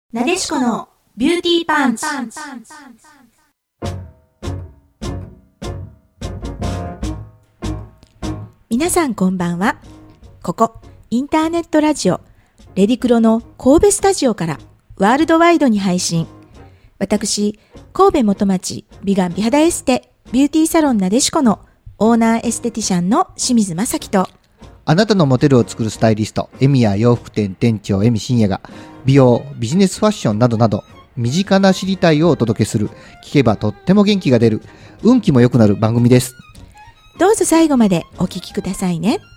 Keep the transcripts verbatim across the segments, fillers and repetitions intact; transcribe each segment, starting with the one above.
なでしこのビューティーパンチ。皆さんこんばんは。ここインターネットラジオレディクロの神戸スタジオからワールドワイドに配信。私神戸元町美顔美肌エステビューティーサロンなでしこのオーナーエステティシャンの清水正樹と、 あなたのモデルを作るスタイリストエミや洋服店店長エミ深也が美容、ビジネスファッションなどなど身近な知りたいをお届けする、聞けばとっても元気が出る、運気も良くなる番組です。 どうぞ最後までお聞きくださいね。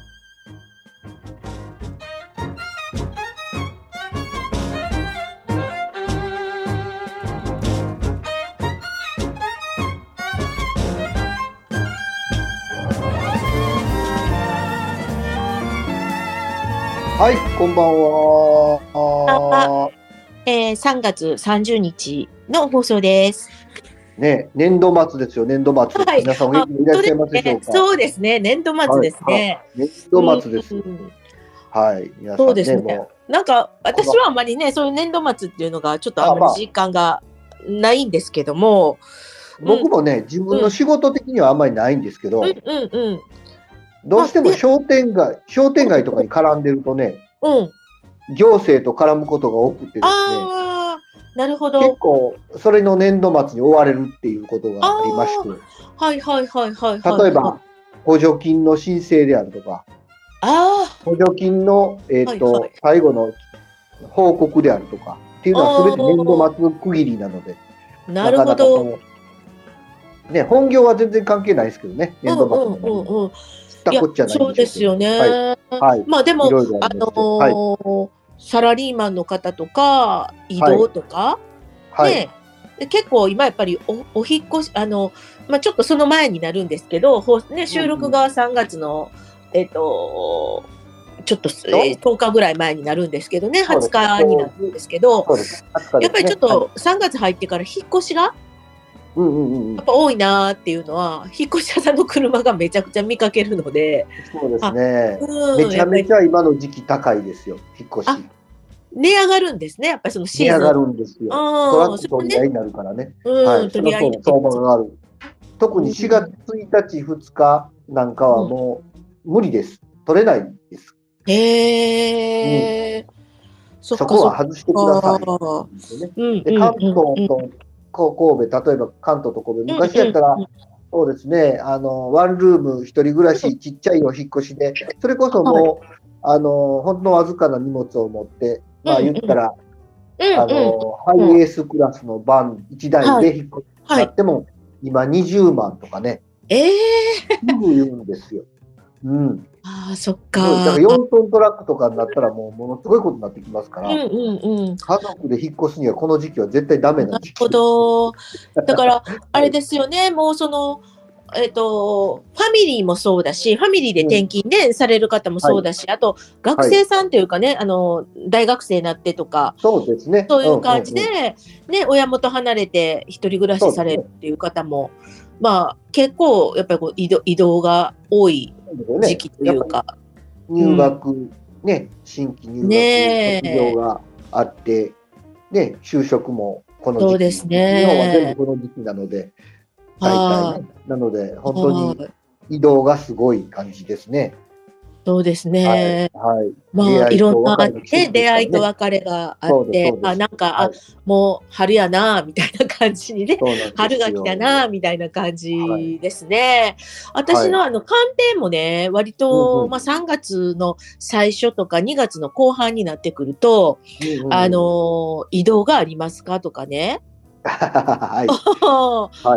はい、こんばんは。 えー、さんがつさんじゅうにちの放送です。 ね、年度末ですよ、年度末。はい、皆さんお元気いらっしゃいますでしょうか。 そうですね、年度末ですね。 はい、年度末です。うん、はい、皆さんね、そうですね。 なんか私はあんまりね、そういう年度末っていうのがちょっとあんまり実感がないんですけども、 まあ、僕もね、自分の仕事的にはあんまりないんですけど、うんうんうん、どうしても商店街、商店街とかに絡んでるとね、うん、行政と絡むことが多くてですね、 あー、なるほど。 結構それの年度末に追われるっていうことがありまして、 はいはいはいはい、はい、 例えば補助金の申請であるとか、 あ補助金の、えーとはいはい、最後の報告であるとかっていうのは全て年度末区切りなので、 なるほど。なかなかね、本業は全然関係ないですけどね、年度末の、うんうんうん、知ったこっちゃないんでしょうけど。 そうですよね。はいはい、まあでも、あのーはい、サラリーマンの方とか移動とか、はいね、はい、結構今やっぱり お, お引っ越し、あの、まあ、ちょっとその前になるんですけど、ね、収録がさんがつの、うん、えっとちょっと、えー、とおかぐらい前になるんですけどね、はつかになるんですけど、ね、やっぱりちょっとさんがつ入ってから引っ越しがうんうんうん、やっぱ多いなーっていうのは、引っ越し屋さんの車がめちゃくちゃ見かけるので。 そうですね。うん、めちゃめちゃ今の時期高いですよ、引っ越し。 値上がるんですね、やっぱりそのシーズン。 値上がるんですよ。トラック取り合いになるからね。うん、はい、取り合いに相場がある。特にしがつついたち、ふつかなんかはもう無理です。取れないです。 へー。うん、 そ, そこは外してください。うん、で関東と神戸、例えば関東と神戸、昔やったら、そうですね、あのワンルーム一人暮らし、ちっちゃいお引っ越しで、それこそもう、あのほんのわずかな荷物を持って、まあ言ったら、あのハイエースクラスのバンいちだいで引っ越しになっても、今にじゅうまんとかね、 ええすぐ言うんですよ。うん。 ああ、そっか。 だからよんトントラックとかになったらもうものすごいことになってきますから、うんうんうん、家族で引っ越すにはこの時期は絶対ダメな時期。 なるほど。だからあれですよね、もうそのえっとファミリーもそうだし、ファミリーで転勤ね、うん、される方もそうだし、はい、あと学生さんというかね、はい、あの大学生になってとか、 そうですね。 そういう感じで、うんうんうん、ね、親元離れて一人暮らしされるっていう方も、まあ結構やっぱりこう移動移動が多い時期というか、 ね、入学、うん、ね、新規入学卒業があって、ね、就職もこの時期、 そうですね、 日本は全部この時期なので、大体、ね、なので本当に移動がすごい感じですね。 そうですね。はい。はい、まあ、いろんな、ね、出会いと別れがあって、あ、なんか、はい、あ、もう春やな、みたいな感じにね、春が来たな、みたいな感じですね。はい、私のあの、鑑定もね、割と、うんうん、まあ、さんがつの最初とかにがつの後半になってくると、うんうん、あの、移動がありますかとかね。はい、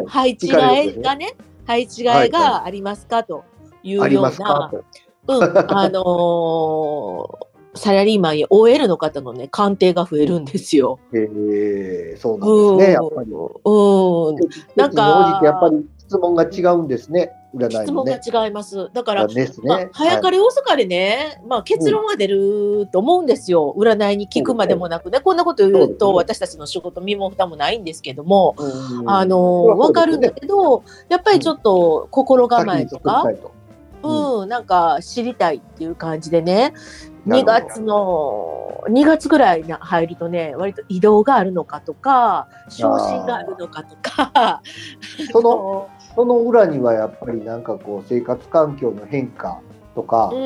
配置換えがね、配置換えがありますかというような、うん、あのー、サラリーマンや オーエル の方のね、鑑定が増えるんですよ。 へえ、そうなんですね、やっぱり。うん。なんか、やっぱり質問が違うんですね、占いね。 質問が違います。だから、ね、まあ、早かれ遅かれね、はい、まあ、結論は出ると思うんですよ。うん、占いに聞くまでもなくね、こんなこと言うと、私たちの仕事身も蓋もないんですけども、うん、あのー、わかるんだけど、やっぱりちょっと心構えとか、うん、なんか知りたいっていう感じでね、 にがつのにがつぐらいに入るとね、割と移動があるのかとか昇進があるのかとかそのその裏にはやっぱりなんかこう生活環境の変化とか、うん、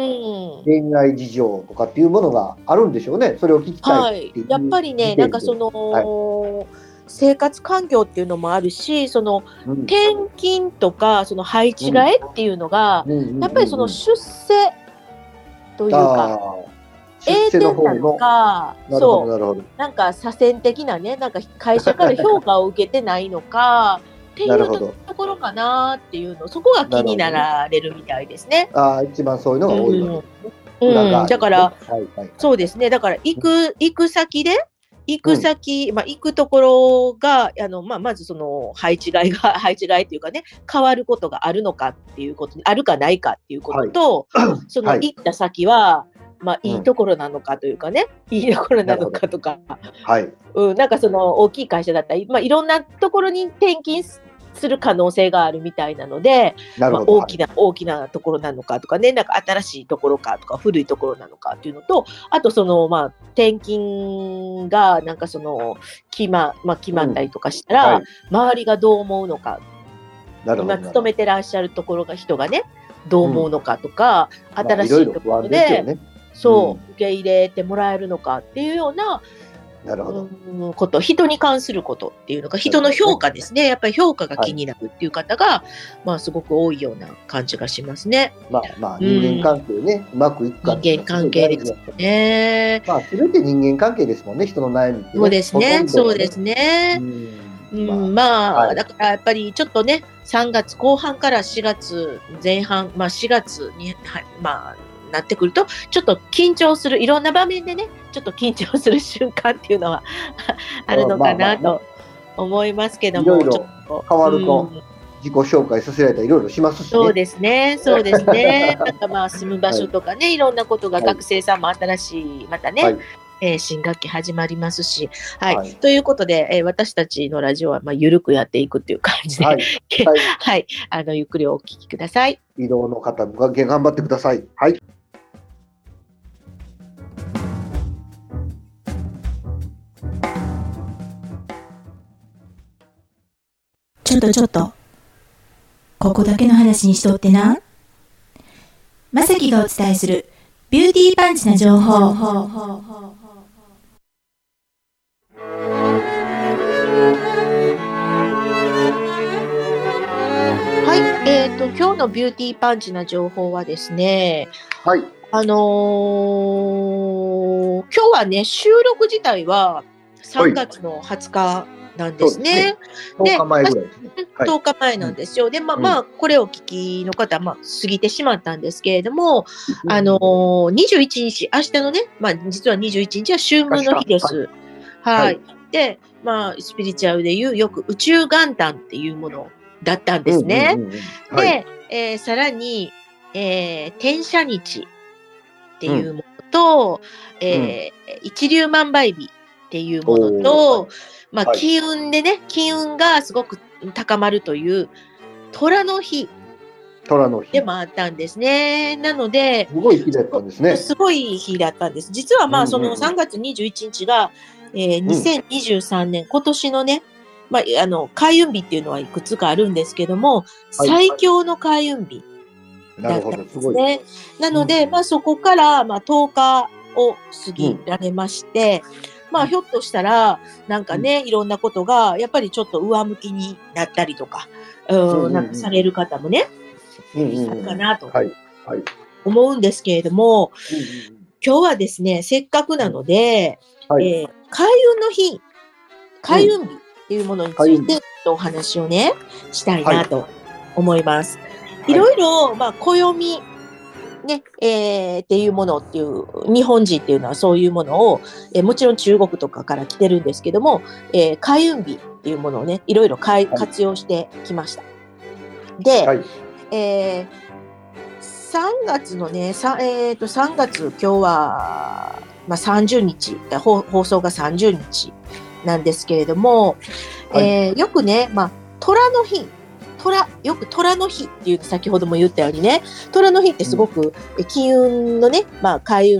恋愛事情とかっていうものがあるんでしょうね。それを聞きたいっていう、 はい、やっぱりね、なんかその、はい、生活環境っていうのもあるし、その、うん、転勤とかその配置換えっていうのが、うん、やっぱりその出世というか、栄転なのか、そうなんか左遷的なね、なんか会社から評価を受けてないのかっていうところかなっていうの、そこが気になられるみたいですね。 ああ、一番そういうのが多いわけですね。 うんうん、だから、はいはいはい、そうですね。だから行く行く先で。行く先、うん、まあ、行くところが、あの、まあ、まずその配置換えが、配置換えっていうかね、変わることがあるのかっていうこと、あるかないかっていうことと、はい、その行った先は、まあ、いいところなのかというかね、うん、いいところなのかとか、 はい。 うん、なんかその大きい会社だったり、まあ、いろんなところに転勤する可能性があるみたいなので、まあ、大きな、はい、大きなところなのかとかね、なんか新しいところかとか、古いところなのかっていうのと、あとその、まあ、転勤が、なんかその、決ま、まあ、決まったりとかしたら、うんはい、周りがどう思うのか、今勤めてらっしゃるところが人がね、どう思うのかとか、うん、新しいところで、まあ、いろいろ不安ですよね。そう、うん、受け入れてもらえるのかっていうような、 なるほど。 うん、こと、人に関することっていうのが、人の評価ですね。やっぱり評価が気になるっていう方が、はい、まあすごく多いような感じがしますね。 まあまあ人間関係ね、うん、うまくいくか人間関係ですね。 まあ全て人間関係ですもんね、人の悩みって、ね。 そうですね、そうですね。うん、まあ、まあはい、だからやっぱりちょっとね、さんがつこう半からしがつぜん半、まあしがつに、はい、まあ、なってくるとちょっと緊張する、いろんな場面でねちょっと緊張する瞬間っていうのはあるのかなと思いますけども、 いろいろ変わると自己紹介させられたらいろいろしますしね。 そうですね、そうですね。なんかまあ住む場所とかね、はい、いろんなことが学生さんも新しいまたね、はいえー、新学期始まりますし、はい、はい、ということで、えー、私たちのラジオはまあ緩くやっていくっていう感じで、はい、はいはい、あのゆっくりお聞きください。 移動の方が頑張ってください。はい。 ちょっとちょっと、ここだけの話にしとってな。まさきがお伝えするビューティーパンチな情報。 はい、えーと、今日のビューティーパンチな情報はですね、 はい。 あのー、今日はね、収録自体はさんがつのはつかなんですね。 とおかまえぐらいですね。 とおかまえなんですよ。で、まあ、まあ、これを聞きの方は、まあ、過ぎてしまったんですけれども、あのー、にじゅういちにち、明日のね、まあ、実はにじゅういちにちは秋分の日です。はい。はい、で、まあ、スピリチュアルでいうよく宇宙元旦っていうものだったんですね。で、えー、さらに、えー、天赦日っていうものと、うん、えー、一粒万倍日っていうものと、まあ、金運でね、はい、金運がすごく高まるという虎の日虎の日でもあったんですね。なので、 すごい日だったんですね。 すごい日だったんです。実はまあ、そのさんがつにじゅういちにちが、えー、にせんにじゅうさんねん、うん、今年のね、まあ、あの、開運日っていうのはいくつかあるんですけども、はい、最強の開運日だったんですね。な, なので、うん、まあ、そこから、まあ、とおかを過ぎられまして、うん、まあ、ひょっとしたら、なんかね、うん、いろんなことが、やっぱりちょっと上向きになったりとか、うん、うん、なんかされる方もね、うんうんうん、あるかなと思うんですけれども、うんうん、今日はですね、せっかくなので、はい、えー、開運の日、開運日っていうものについてお話をね、したいなと思います。はい、いろいろ、まあ、暦、ね、えー、っていうものっていう、日本人っていうのはそういうものを、えー、もちろん中国とかから来てるんですけども、えー、開運日っていうものをね、いろいろかい活用してきました。で、はい、えー、さんがつのね、さえー、とさんがつ、今日は、まあ、さんじゅうにち、放送がさんじゅうにちなんですけれども、はい、えー、よくね、まあ、虎の日、虎、よく虎の日っていう先ほども言ったようにね、虎の日ってすごく金運のね、まあ、開運日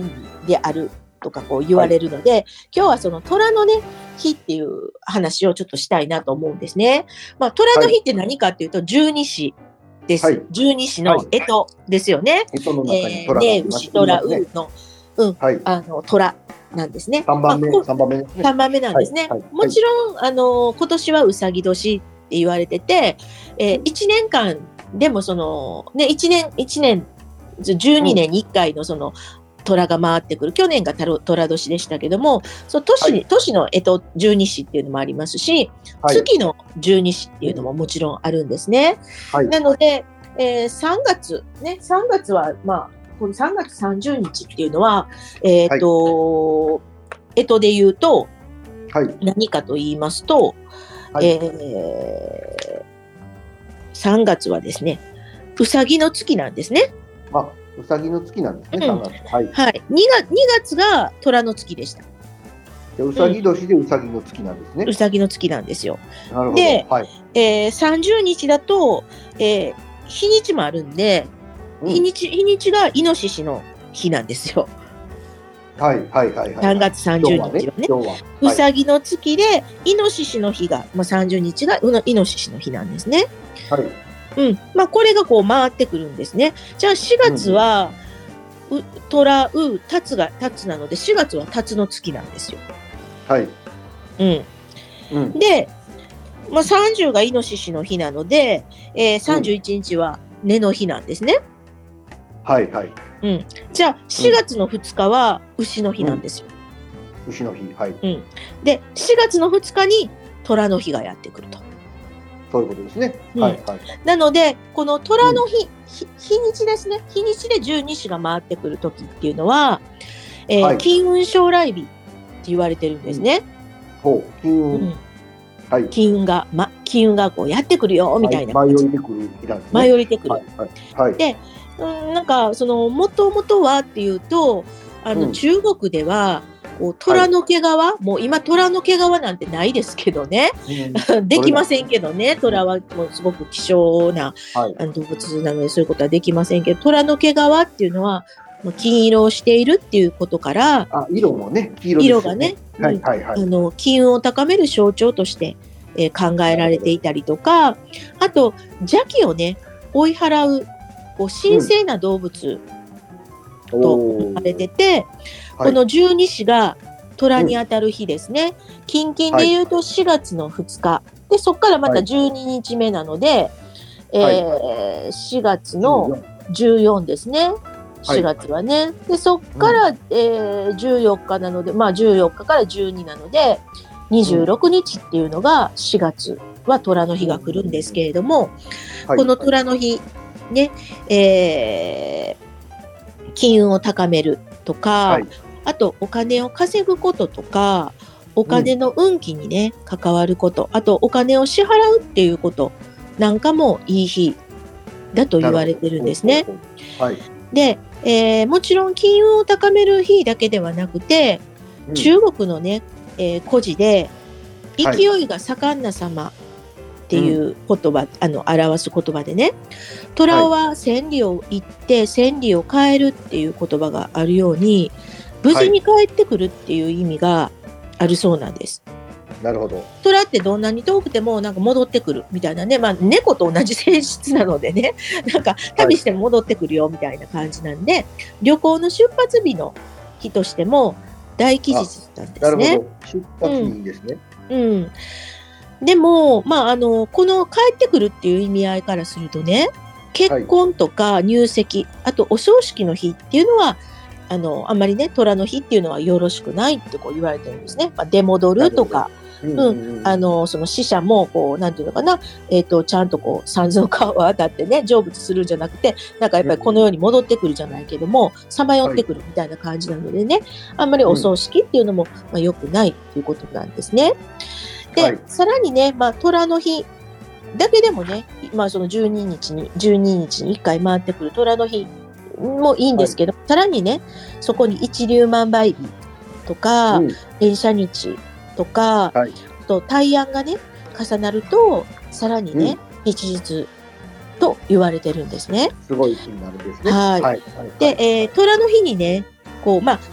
であるとかこう言われるので、はい、今日はその虎のね日っていう話をちょっとしたいなと思うんですね。まあ、虎の日って何かっていうと十二支です。はい、十二支の干支ですよね。 干支の中に虎がいます。ね、牛虎うの、うん、はい、あの虎なんですね。 三番目、 まあ、 三番目ですね。 三番目なんですね。はいはい、もちろんあの今年はうさぎ年って言われてて、えー、いちねんかんでもそのね一年一年じゅうにねんにいっかいのその、うん虎が回ってくる。去年が虎年でしたけども、その年、はい、年の干支十二支っていうのもありますし、はい、月の十二支っていうのももちろんあるんですね。はい、なので、えー、さんがつね、さんがつはまあこのさんがつさんじゅうにちっていうのはえっ、ー、と、干支で言うと、はい、何かと言いますと、はい、えー、さんがつはですね、うさぎの月なんですね。 あうさぎの月なんですね、さんがつ。 はい。はい。にがつ、にがつが虎の月でした。 でうさぎ年でうさぎの月なんですね。 うさぎの月なんですよ。 なるほど。 で、 はい、 えー、さんじゅうにちだと、えー、日にちもあるんで、うん、日にち、日にちがイノシシの日なんですよ。 はいはいはいはい。 さんがつさんじゅうにちはね。はねはい、うさぎの月で、イノシシの日が、まあ、さんじゅうにちがイノシシの日なんですね。 はい。 うん。まあ、これがこう回ってくるんですね。じゃあしがつは、うん、う、虎、う、たつが、たつなので、しがつはたつの月なんですよ。 はい。 うん。うん、で、まあ、さんじゅうがイノシシの日なので、えー、さんじゅういちにちは根の日なんですね。 うん、はいはい。 うん。じゃあしがつのふつかは牛の日なんですよ。 うん、牛の日。はい。 うん。で、しがつのふつかに虎の日がやってくると。 そういうことですね。うん、はいはい。 なので、この虎の日、うん、日、日にちですね。日にちで十二支が回ってくるときっていうのは、えーはい、金運将来日って言われてるんですね。 うん、ほう、金運。うん、 はい。金運が、ま、金運がこうやってくるよ、みたいな。 舞い降りてくる日なんですね。 舞い降りてくる。 はいはいはい、 で、うん、なんか、その、もともとはっていうと、あの、うん、中国では、こう虎の毛皮、はい、もう今虎の毛皮なんてないですけどね、うん、できませんけどね、虎はもうすごく希少な、はい、動物なのでそういうことはできませんけど、虎の毛皮っていうのは金色をしているっていうことから、 あ、色もね、黄色ですよね、 色がね、 はいはいはい、 あの金運を高める象徴として、えー、考えられていたりとか、あと邪気をね追い払うこう神聖な動物、うん、と言われてて、この十二支が虎にあたる日ですね。近々で言うとしがつのふつか。で、そこからまたじゅうににちめなので、はい、えー、しがつのじゅうよっかですね。しがつはね。で、そこから、うん、えー、じゅうよっかなので、まあじゅうよっかからじゅうになので、にじゅうろくにちっていうのがしがつは虎の日が来るんですけれども、はい、この虎の日、ね、えー、金運を高めるとか、はい、あとお金を稼ぐこととか、お金の運気にね、うん、関わること、あとお金を支払うっていうことなんかもいい日だと言われてるんですね。 はい、 で、えー、もちろん金運を高める日だけではなくて、うん、中国のね、えー、故事で勢いが盛んな様っていう言葉、はい、あの表す言葉でね、虎は千里を行って千里を変えるっていう言葉があるように、無事に帰ってくるっていう意味があるそうなんです。 はい、なるほど。 虎ってどんなに遠くてもなんか戻ってくるみたいなね、まあ猫と同じ性質なのでね、なんか旅しても戻ってくるよみたいな感じなんで、はい、旅行の出発日の日としても大吉日なんですね。 なるほど。出発日ですね。 うん。うん、でも、まああのこの帰ってくるっていう意味合いからするとね、結婚とか入籍、はい、あとお葬式の日っていうのはあのあんまりね虎の日っていうのはよろしくないってこう言われてるんですね。まあ、出戻るとか、うんうんうん、あのその死者もこうなんていうのかな、えっとちゃんとこう三途川を渡ってね成仏するんじゃなくて、なんかやっぱりこの世に戻ってくるじゃないけどもさまよってくるみたいな感じなのでね、はい、あんまりお葬式っていうのも、まあ、良くないということなんですね。で、はい、さらにね、まあ、虎の日だけでもね、まあ、そのじゅうににちにじゅうににちにいっかい回ってくる虎の日もいいんですけど、はい、さらにねそこに一粒万倍日とか、うん、連射日とか、はい、と大安がね重なるとさらにね、うん、吉日と言われてるんですね。 すごい日になるんですね。 はい。はい、で、えー、虎の日にねこうまあ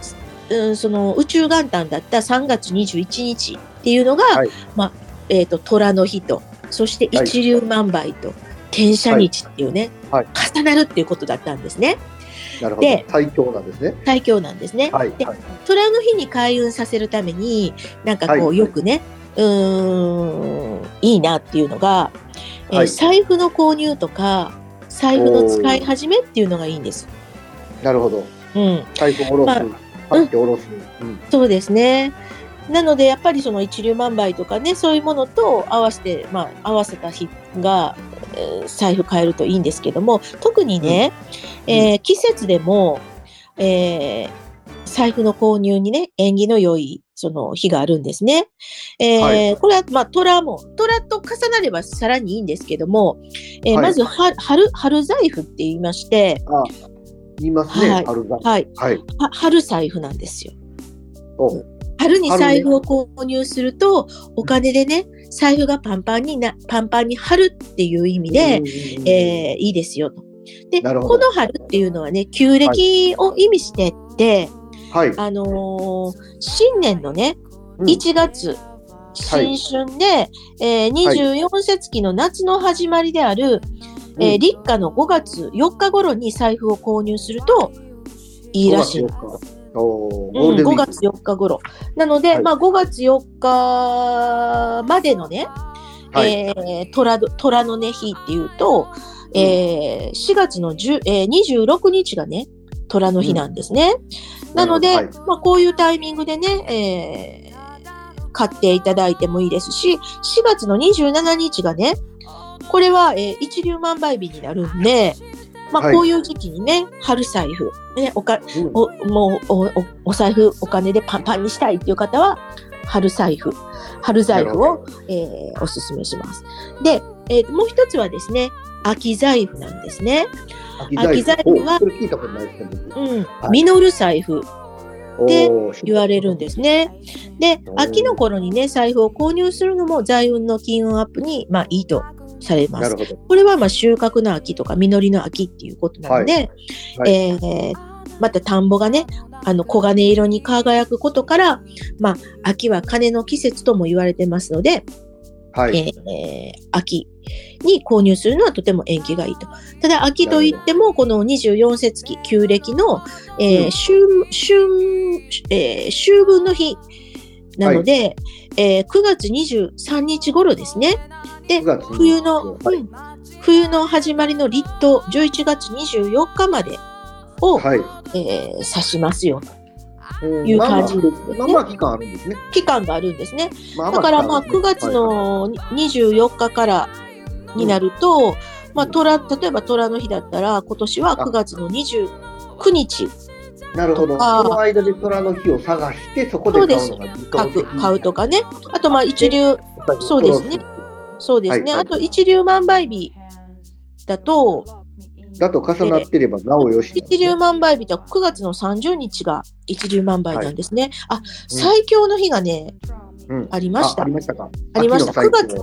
うん、その宇宙元旦だったさんがつにじゅういちにちっていうのが、はい、まあ、えっと、虎の日と、そして一粒万倍と、天赦日っていうね、はいはい、重なるっていうことだったんですね。 なるほど。で、最強なんですね。 最強なんですね。はい、で、はい、虎の日に開運させるために、なんかこう、はい、よくね、うーん、いいなっていうのが、はい、えー、財布の購入とか、財布の使い始めっていうのがいいんです。 なるほど。うん。財布を下ろす。パッて下ろす、 うんうん。そうですね。なので、やっぱりその一粒万倍とかね、そういうものと合わせて、まあ、合わせた日が、えー、財布買えるといいんですけども、特にね、うん、えー、季節でも、えー、財布の購入にね、縁起の良い、その日があるんですね。えーはい、これは、まあ、虎も、虎と重なればさらにいいんですけども、えーはい、まず、は春、春財布って言いまして、 ああ言いますね、はい、春財布。 はい。はい、春財布なんですよ。春に財布を購入すると、お金でね、財布がパンパンにな、パンパンに張るっていう意味で、えー、いいですよと。で、この春っていうのはね、旧暦を意味してって、はい、あのー、新年のね、いちがつ、うん、新春で、はい、えー、にじゅうよん節気の夏の始まりである、はい、えー、立夏のごがつよっか頃に財布を購入するといいらしい。 おうん、ごがつよっか頃。なので、はい、まあごがつよっかまでのね、はい、えー、虎、虎のね、日っていうと、うん、えー、しがつの10、えー、にじゅうろくにちがね、虎の日なんですね。うん、なので、はい、まあこういうタイミングでね、えー、買っていただいてもいいですし、しがつのにじゅうしちにちがね、これは、えー、一粒万倍日になるんで、まあこういう時期にね、はい、春財布、ね、おか、うん、お、もうお、お、お財布、お金でパンパンにしたいっていう方は、春財布、春財布を、えー、おすすめします。で、えー、もう一つはですね、秋財布なんですね。秋財布は、 これ聞いたことないですけど、 うん、実る財布って言われるんですね。で、秋の頃にね、財布を購入するのも財運の金運アップに、まあいいとされます。これはまあ収穫の秋とか実りの秋っていうことなので、はいはい、えー、また田んぼがね、あの黄金色に輝くことから、まあ秋は金の季節とも言われてますので、はい、えー、秋に購入するのはとても縁起がいいと。ただ秋といってもこのにじゅうよん節気旧暦の、えー、春、春、えー、秋分の日なので、はい、えー、くがつにじゅうさんにち頃ですね。で、冬の、はい、うん、冬の始まりの立冬、じゅういちがつにじゅうよっかまでを、はい、えー、指しますよという感じですね。 まあまあ期間あるんですね。 期間があるんですね。まあまあだからまあくがつのにじゅうよっかからになると、うん、まあ虎、例えば虎の日だったら今年はくがつのにじゅうくにち。 なるほど。その間で虎の日を探して、そこで買うのが理想的。買うとかね。あとまあ一流、そうですね。そうですね。はいはい、あと一粒万倍日だと、 だと重なってればなおよし、ね。 一粒万倍日とくがつのさんじゅうにちが一粒万倍なんですね。はい、あ、最強の日がね、うん、ありました。 あ、ありましたか。 ありました。くがつ、うん、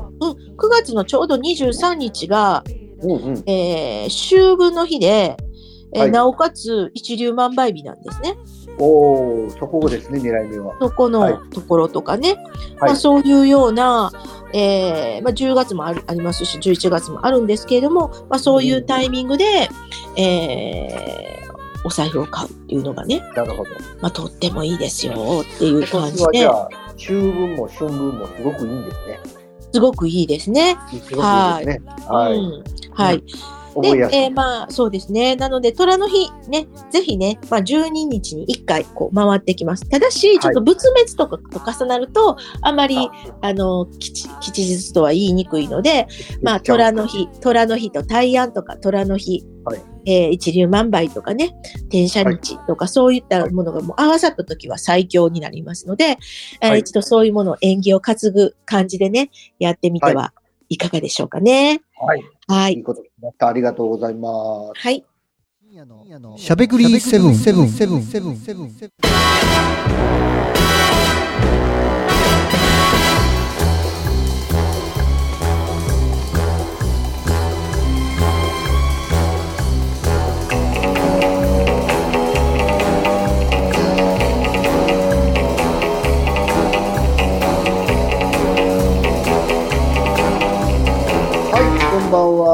くがつのちょうどにじゅうさんにちが、うんうん、えー、秋分の日で、えーはい、なおかつ一粒万倍日なんですね。 おー、そこですね、狙い目は。 そこのところとかね。はい、まあ、そういうような、えーまあ、じゅうがつもある、ありますし、じゅういちがつもあるんですけれども、まあ、そういうタイミングで、うん、えー、お財布を買うっていうのがね、 なるほど。 まあ、とってもいいですよっていう感じで。 今年はじゃあ、秋分も春分もすごくいいんですね。 すごくいいですね。 すごくいいですね。はい。 はい。うんはいうんで、えー、まあ、そうですね。なので、虎の日、ね、ぜひね、まあ、じゅうににちにいっかい、こう、回ってきます。ただし、ちょっと仏滅とかと重なると、はい、あまり、あの、吉、吉日とは言いにくいので、まあ、虎の日、虎の日と大安とか、虎の日、はい、えー、一粒万倍とかね、天赦日とか、そういったものがもう合わさったときは最強になりますので、はい、えー、一度そういうものを縁起を担ぐ感じでね、やってみてはいかがでしょうかね。 はい。はい。いいことまたありがとうございます。 はい。 しゃべくりセブンセブンセブンセブンセブンセブン。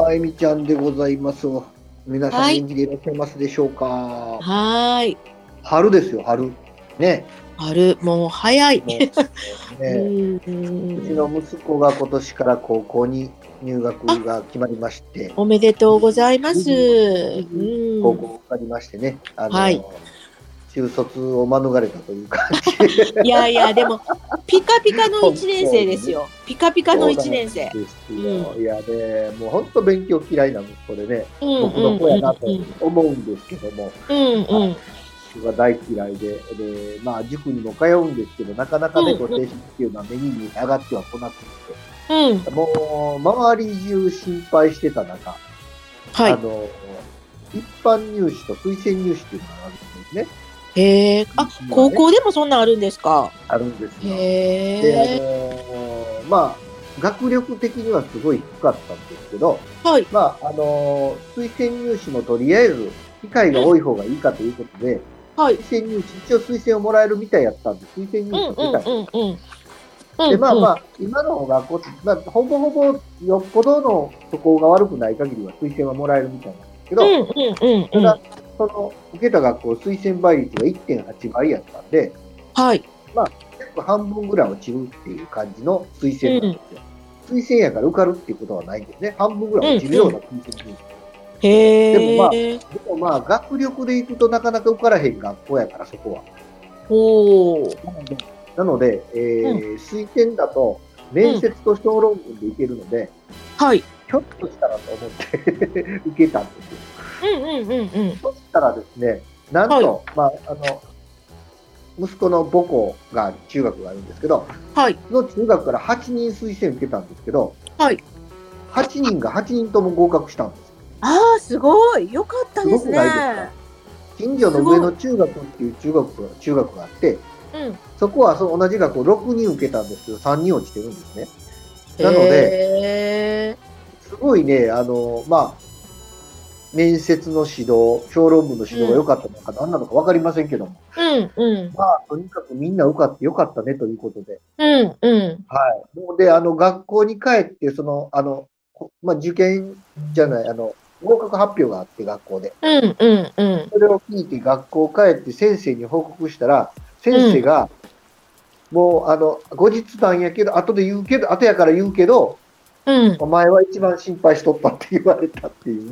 あえみちゃんでございます。皆さん元気でいらっしゃいますでしょうか。 はい。 春ですよ、春。ね。 春、もう早い。ね、 うちの息子が今年から高校に入学が決まりまして。 おめでとうございます。 高校受かりましてね。あの、はい、中卒を免れたという感じ。 いやいや、でも、ピカピカのいちねん生ですよ。ピカピカのいちねん生。 うん、いやね、もう本当勉強嫌いな息子でね、うん、僕の子やなと思うんですけども。うんうん僕が大嫌いで、で、まあ、塾にも通うんですけど、なかなかね、こう、成績っていうのは目に上がってはこなくて、うん、もう、周り中心配してた中、はい、あの、一般入試と推薦入試っていうのがあるんですね。 へえ、あ、ね、高校でもそんなんあるんですか？ あるんですよ。 へで、あの、まあ、学力的にはすごい低かったんですけど、はい、まあ、あの、推薦入試もとりあえず、機会が多い方がいいかということで、はい、推薦入試、一応推薦をもらえるみたいやったんで、推薦入試を出たんです。で、まあまあ、今の学校って、まあ、ほぼほぼよっぽどの素行が悪くない限りは推薦はもらえるみたいなんですけど、ただ、その、受けた学校、推薦倍率が いってんはち 倍やったんで、はい。まあ、結構半分ぐらい落ちるっていう感じの推薦なんですよ。うん、推薦やから受かるっていうことはないんですね。半分ぐらい落ちるような推薦入試。へでもまあ、でもまあ、学力でいくとなかなか受からへん学校やから、そこは。おなので、えーうん、推薦だと、面接と小論文でいけるので、うん、はい。ひょっとしたらと思って受けたんですよ。うんうんうんうん。そしたらですね、なんと、はい、まあ、あの、息子の母校がある、中学があるんですけど、はい。その中学からはちにん推薦受けたんですけど、はい。はちにんがはちにんとも合格したんです。 ああ、すごい。よかったですね。すごくないですか？ 近所の上野中学っていう中学が、中学があって、うん、そこはその同じ学校ろくにん受けたんですけど、さんにん落ちてるんですね。なので、すごいね、あの、まあ、面接の指導、小論文の指導が良かったのか、何なのか分かりませんけども、うんうん、まあ、とにかくみんな受かって良かったねということで、うんうん、はい。で、あの、学校に帰って、その、あの、まあ、受験じゃない、あの、合格発表があって、学校で。うんうんうん。それを聞いて、学校帰って先生に報告したら、先生が、うん、もう、あの、後日談やけど、後で言うけど、後やから言うけど、うん、お前は一番心配しとったって言われたっていう。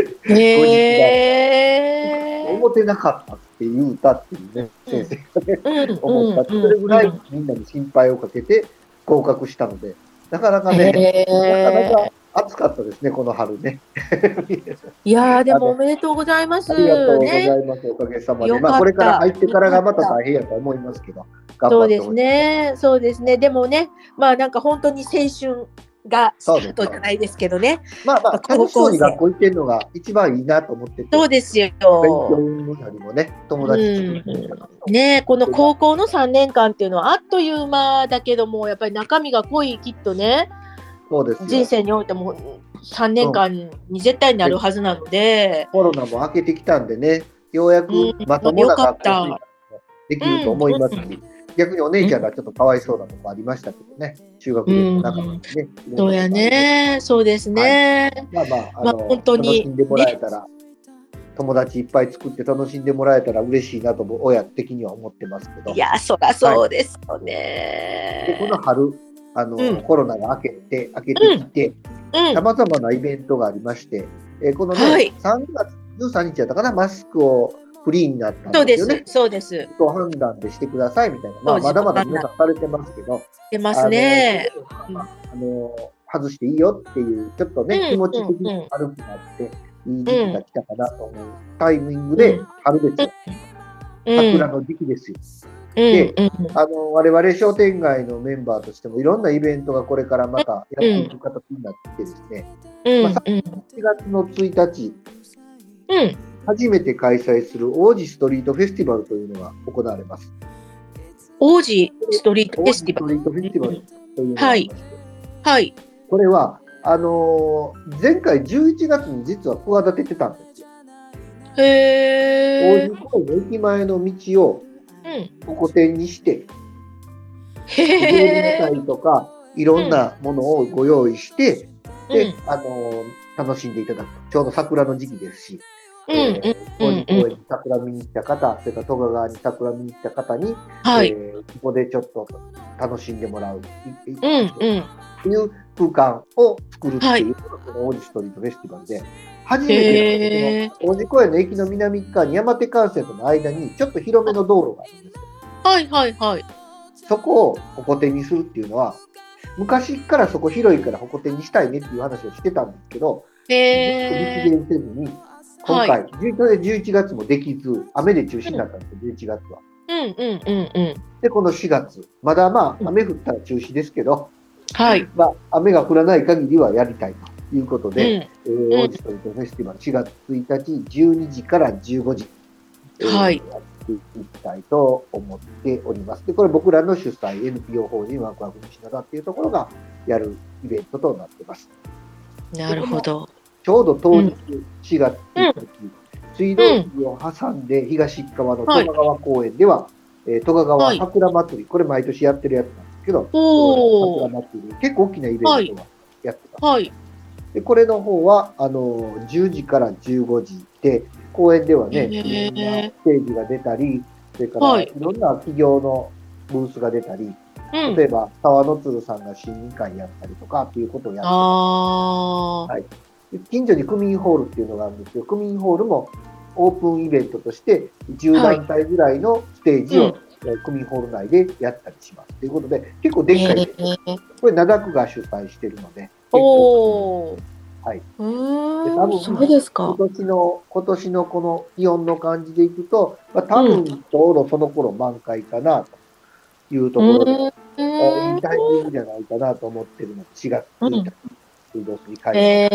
へー。思ってなかったって言うたっていうね、先生がね、うん、思った。それぐらいみんなに心配をかけて合格したので、なかなかね、なかなか、暑かったですね、この春ね。 いやー、でもおめでとうございます。 ありがとうございます、ね、おかげさまで。まあ、これから入ってからがまた大変やと思いますけど、 そうですね、そうですね。でもね、まあなんか本当に青春がスタートじゃないですけどね。 まあまあ、楽しそうに学校行ってるのが一番いいなと思ってて。 そうですよ。勉強よりもね、友達作る、うん、ね、この高校のさんねんかんっていうのはあっという間だけども、やっぱり中身が濃い、きっとね。 そうです人生においてもさんねんかんに絶対になるはずなので、 うん、コロナも明けてきたんでね、ようやくまともな学校ができると思いますし、うんうん、逆にお姉ちゃんがちょっとかわいそうなとこありましたけどね、中学でも仲間でね、 うん、そうやね、そうですね、 はい、まあまあ、あの、まあ、本当に楽しんでもらえたら、ね、友達いっぱい作って楽しんでもらえたら嬉しいなと親的には思ってますけど、 いや、そりゃそうですよね、 はい、でこの春あの、うん、コロナが明けて、明けてきて、さまざまなイベントがありまして、えー、このね、はい、さんがつじゅうさんにちやったかな、マスクをフリーになったんですよね。 そうです、そうです。 ご判断でしてくださいみたいな。まあ、まだまだ皆さんされてますけど。 出ますね。 あの、外していいよっていう、ちょっとね、うん、気持ち的に軽くなって、いい時期が来たかなと思うタイミングで、春ですよ。うん、桜の時期ですよ。で、うんうん、あの我々商店街のメンバーとしてもいろんなイベントがこれからまたやっていく形になってですね、うんまあ、しちがつのついたち、うん、初めて開催する王子ストリートフェスティバルというのが行われます。 王子ストリートフェスティバル。 王子ストリートフェスティバルというのがありまして、はいはい、 これはあのー、前回じゅういちがつに実は企ててたんですよ。 へー。 王子公園の駅前の道を歩行点にして、ゲーム会とかいろんなものをご用意して、うん、で、あの楽しんでいただく。ちょうど桜の時期ですし、 うんうんえー、 うん公園に桜見に行った方、それから戸川川に桜見に行った方に、 はい、 えー、ここでちょっと楽しんでもらう、 うんうん、 という空間を作るっていうのが、この王子ストリートフェスティバルで、初めてこの王子公園の駅の南側に山手幹線との間にちょっと広めの道路があるんですよ。 はいはいはい。 そこをホコ天にするっていうのは、昔からそこ広いからホコ天にしたいねっていう話をしてたんですけど、 へー、 実現せずに、今回、はい、じゅういちがつもできず、雨で中止になったんですよ、じゅういちがつは。 うんうんうんうん。 で、このしがつ、まだまあ、雨降ったら中止ですけど、 はい。 まあ、雨が降らない限りはやりたいということで、 うんえー、王子ストリートフェスティバルしがつついたち、じゅうにじからじゅうごじ、えー、 はい、 やっていきたいと思っております。で、これ僕らの主催、エヌピーオー 法人ワクワク西灘っていうところがやるイベントとなっています。 なるほど。 ちょうど当日、しがつついたち、うん水道水を挟んで東側の戸川川公園では、はいえー、戸川川桜祭り、はい、これ毎年やってるやつなんですけど、桜祭り、結構大きなイベントがやってます。はい、でこれの方はあのじゅうじからじゅうごじで、公園ではね、いろんなステージが出たり、それから、はい、いろんな企業のブースが出たり、うん、例えば沢の鶴さんが審議会やったりとかっていうことをやってます。あはい近所に区民ホールっていうのがあるんですけど、区民ホールもオープンイベントとしてじゅうだんたいぐらいのステージを、はいうん、区民ホール内でやったりしますということで、結構でっかいです。えー、これ灘区が主催しているので、 おーはい。 うーん、多分そうですか。 今年の今年のこの気温の感じでいくと、まあ、多分ちょうどその頃満開かなというところで、うん、いいタイミングじゃないかなと思ってるので、しがつついたち。うん水道水開え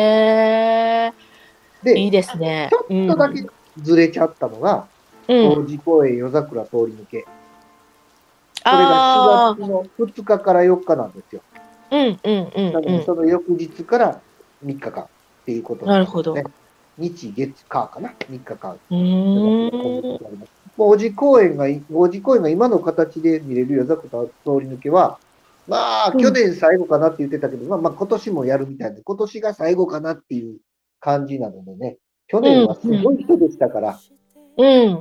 ー、でいいですね。 ちょっとだけずれちゃったのが、うん、王子公園夜桜通り抜け。これがしがつのふつかからよっかなんですよ。 うんうんうんうん、 なので、その翌日からみっかかんっていうことなんですね。なるほど。 日、月、火かな、みっかかん。 うーん王子公園が、王子公園が今の形で見れる夜桜通り抜けは、まあ、去年最後かなって言ってたけど、うん、まあ、まあ、今年もやるみたいで、今年が最後かなっていう感じなのでね、去年はすごい人でしたから、 うん、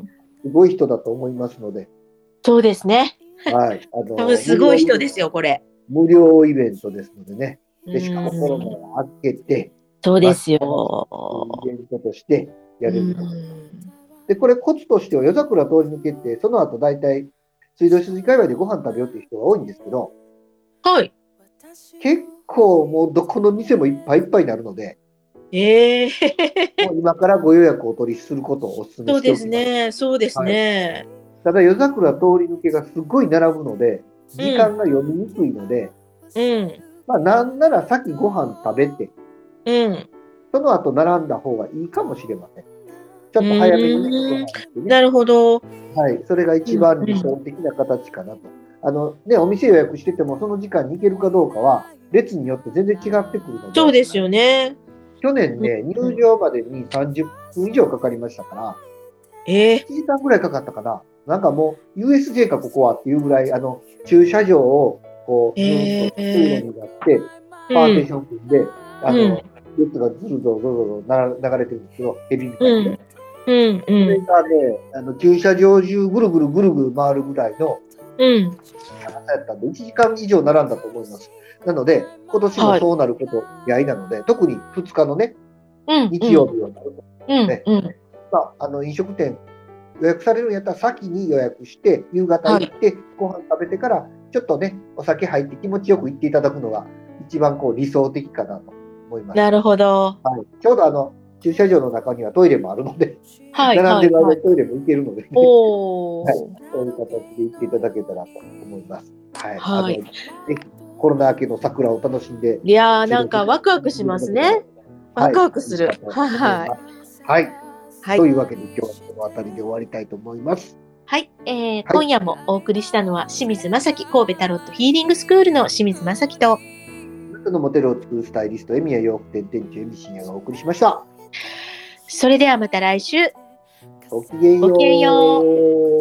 すごい人だと思いますので。 そうですね。 はい。あの、 多分すごい人ですよ、これ。 無料イベントですのでね。で、しかもコロナが明けて、 そうですよ。 イベントとしてやれると。で、これコツとしては、夜桜通り抜けって、その後大体、水道水界隈でご飯食べようっていう人が多いんですけど、 はい。 結構もうどこの店もいっぱいいっぱいになるので、 えー、 もう今からご予約をお取りすることをお勧めしておきます。 そうですね、そうですね。 はい、ただ夜桜通り抜けがすごい並ぶので、時間が読みにくいので、 うん。 まあなんなら先ご飯食べて、 うん。 その後並んだ方がいいかもしれません。ちょっと早めにね。 ねなるほど。 はい、それが一番理想的な形かなと。あのね、お店予約しててもその時間に行けるかどうかは列によって全然違ってくるので。 そうですよね。 去年ね、入場までにさんじゅっぷん以上かかりましたから、 えー、 いちじかんぐらいかかったかな。なんかもう ユーエスジェー かここはっていうぐらい、あの駐車場をこう、ずっと通路になって、パーテーション組んで、あの、列がずるずるずるずる流れてるんですけど、ヘビみたいで。 うんうん、 それがね、あの駐車場中ぐるぐるぐるぐる回るぐらいの、 うん、 やったんでいちじかん以上並んだと思います。なので、今年もそうなることやいなので、はい、特にふつかのね、うん、日曜日をなるので、うんうん、まあ、あの飲食店予約されるんやったら先に予約して、夕方行って、はい、ご飯食べてから、ちょっとね、お酒入って気持ちよく行っていただくのが一番こう理想的かなと思います。 なるほど。 はい、ちょうどあの駐車場の中にはトイレもあるので、 はい、 並んでる間にトイレも行けるので、ね、 おはい、そういう形で行っていただけたらと思います。はい。 はい、 あのぜひコロナ明けの桜を楽しんで。 いやー、なんかワクワクしますね。ワクワクする。はい。はい。 はいはい、というわけで今日はこの辺りで終わりたいと思います。 はい、えーはい、今夜もお送りしたのは清水正樹神戸タロットヒーリングスクールの清水正樹と、あなたのモテルを作るスタイリスト、エミヤ洋服店店長、エミシンヤがお送りしました。 それではまた来週。 ごきげんよう。 ごきげんよう。